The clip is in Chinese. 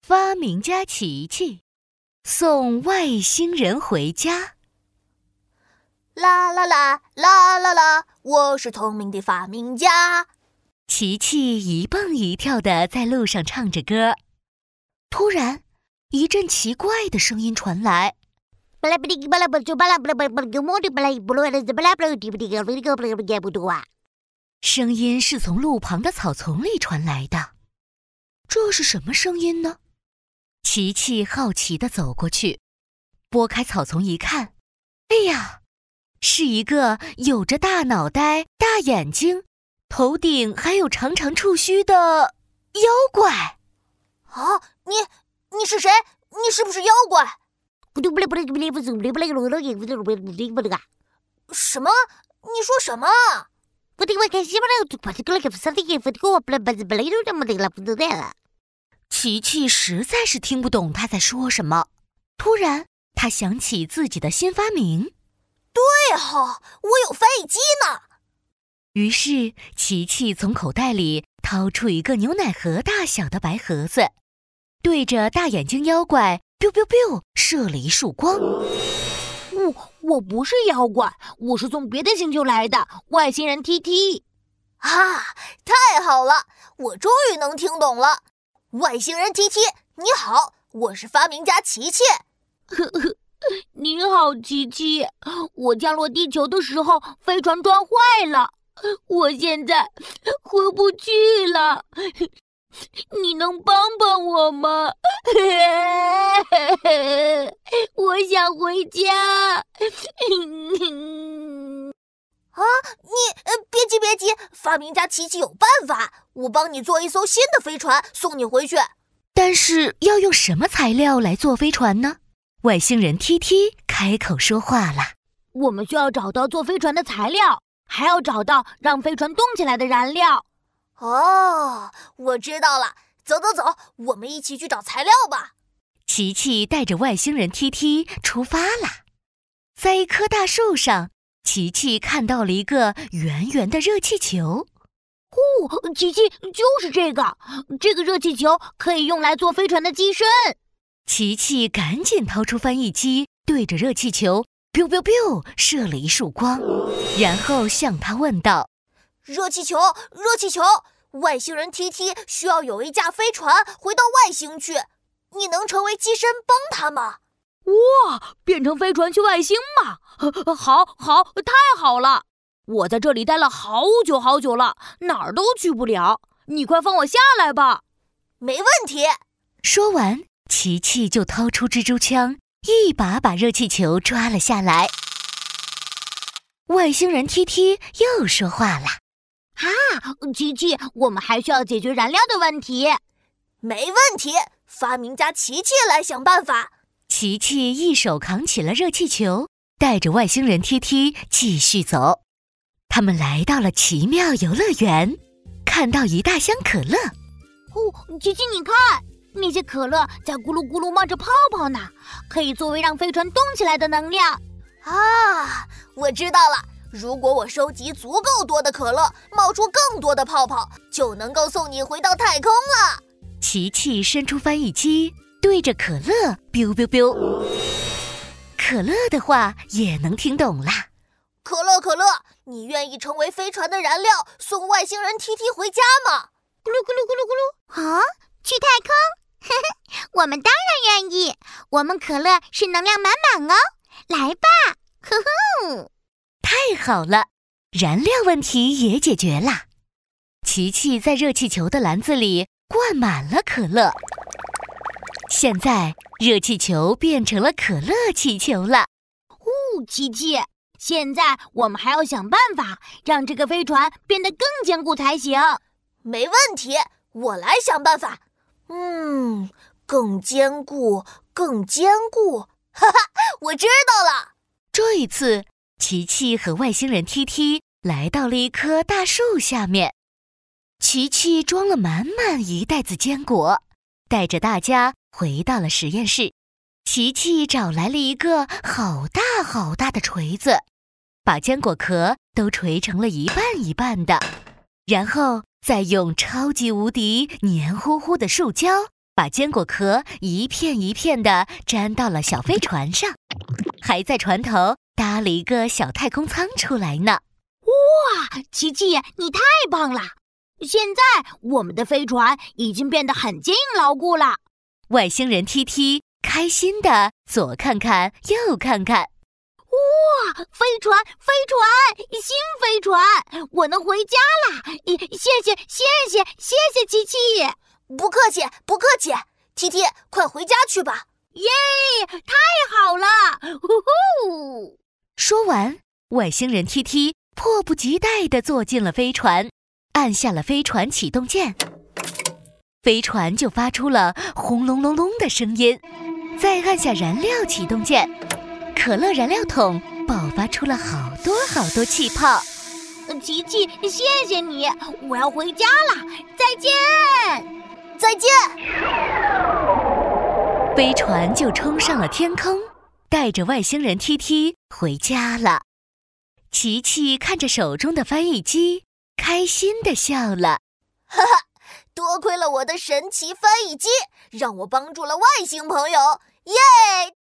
发明家琪琪送外星人回家。 啦啦啦啦啦啦，我是聪明的发明家。 琪琪一蹦一跳地在路上唱着歌。突然，一阵奇怪的声音传来。声音是从路旁的草丛里传来的。这是什么声音呢？琪琪好奇地走过去，拨开草丛一看，哎呀，是一个有着大脑袋、大眼睛，头顶还有长长触须的妖怪。 啊，你是谁？你是不是妖怪？什么？你说什么？ 琪琪实在是听不懂他在说什么。突然，他想起自己的新发明。 对哈，我有翻译机呢。 于是，琪琪从口袋里掏出一个牛奶盒大小的白盒子，对着大眼睛妖怪 biu biu biu 射了一束光。 我不是妖怪，我是从别的星球来的外星人 TT。 啊，太好了，我终于能听懂了。外星人 TT， 你好，我是发明家琪琪。 你好，琪琪。我降落地球的时候，飞船撞坏了，我现在回不去了。你能帮帮我吗？我想回家。 啊，你别急，发明家琪琪有办法，我帮你做一艘新的飞船，送你回去。 但是要用什么材料来做飞船呢？外星人 TT 开口说话了。 我们需要找到做飞船的材料，还要找到让飞船动起来的燃料。 哦，我知道了，走，我们一起去找材料吧。 琪琪带着外星人 TT 出发了。在一棵大树上，琪琪看到了一个圆圆的热气球。 琪琪，就是这个热气球可以用来做飞船的机身。 琪琪赶紧掏出翻译机，对着热气球 biu biu biu 射了一束光，然后向他问道： 热气球，外星人 TT 需要有一架飞船回到外星去，你能成为机身帮他吗？ 哇，变成飞船去外星吗？好，太好了！我在这里待了好久了，哪儿都去不了。你快放我下来吧。 没问题。 说完，琪琪就掏出蜘蛛枪，一把把热气球抓了下来。外星人 TT 又说话了： 琪琪，我们还需要解决燃料的问题。 没问题，发明家琪琪来想办法。 琪琪一手扛起了热气球，带着外星人 TT 继续走。他们来到了奇妙游乐园，看到一大箱可乐。 琪琪，你看，那些可乐在咕噜咕噜冒着泡泡呢，可以作为让飞船动起来的能量。 啊，我知道了，如果我收集足够多的可乐，冒出更多的泡泡，就能够送你回到太空了。 琪琪伸出翻译机，对着可乐 biu biu biu。可乐的话也能听懂啦。 可乐，你愿意成为飞船的燃料，送外星人 TT 回家吗？ 咕噜咕噜咕噜咕噜。 啊，去太空？我们当然愿意，我们可乐是能量满满哦。来吧，呵呵。 太好了，燃料问题也解决了。琪琪在热气球的篮子里灌满了可乐。现在热气球变成了可乐气球了。 琪琪，现在我们还要想办法让这个飞船变得更坚固才行。 没问题，我来想办法。更坚固，哈哈，我知道了。 这一次，琪琪和外星人 TT 来到了一棵大树下面。琪琪装了满满一袋子坚果，带着大家回到了实验室。琪琪找来了一个好大的锤子，把坚果壳都锤成了一半一半的，然后再用超级无敌黏糊糊的树胶把坚果壳一片一片地粘到了小飞船上，还在船头搭了一个小太空舱出来呢。 哇，琪琪，你太棒了！现在我们的飞船已经变得很坚硬牢固了。 外星人 TT 开心地左看看右看看。 哇，飞船，飞船，新飞船，我能回家啦！谢谢琪琪。 不客气，不客气。TT，快回家去吧。 耶，太好了！呼呼。 说完，外星人 TT 迫不及待地坐进了飞船，按下了飞船启动键，飞船就发出了轰隆隆隆的声音。再按下燃料启动键，可乐燃料桶爆发出了好多好多气泡。 琪琪，谢谢你，我要回家了，再见！ 再见！ 飞船就冲上了天空，带着外星人 TT 回家了。琪琪看着手中的翻译机，开心地笑了。 哈哈，多亏了我的神奇翻译机，让我帮助了外星朋友，耶！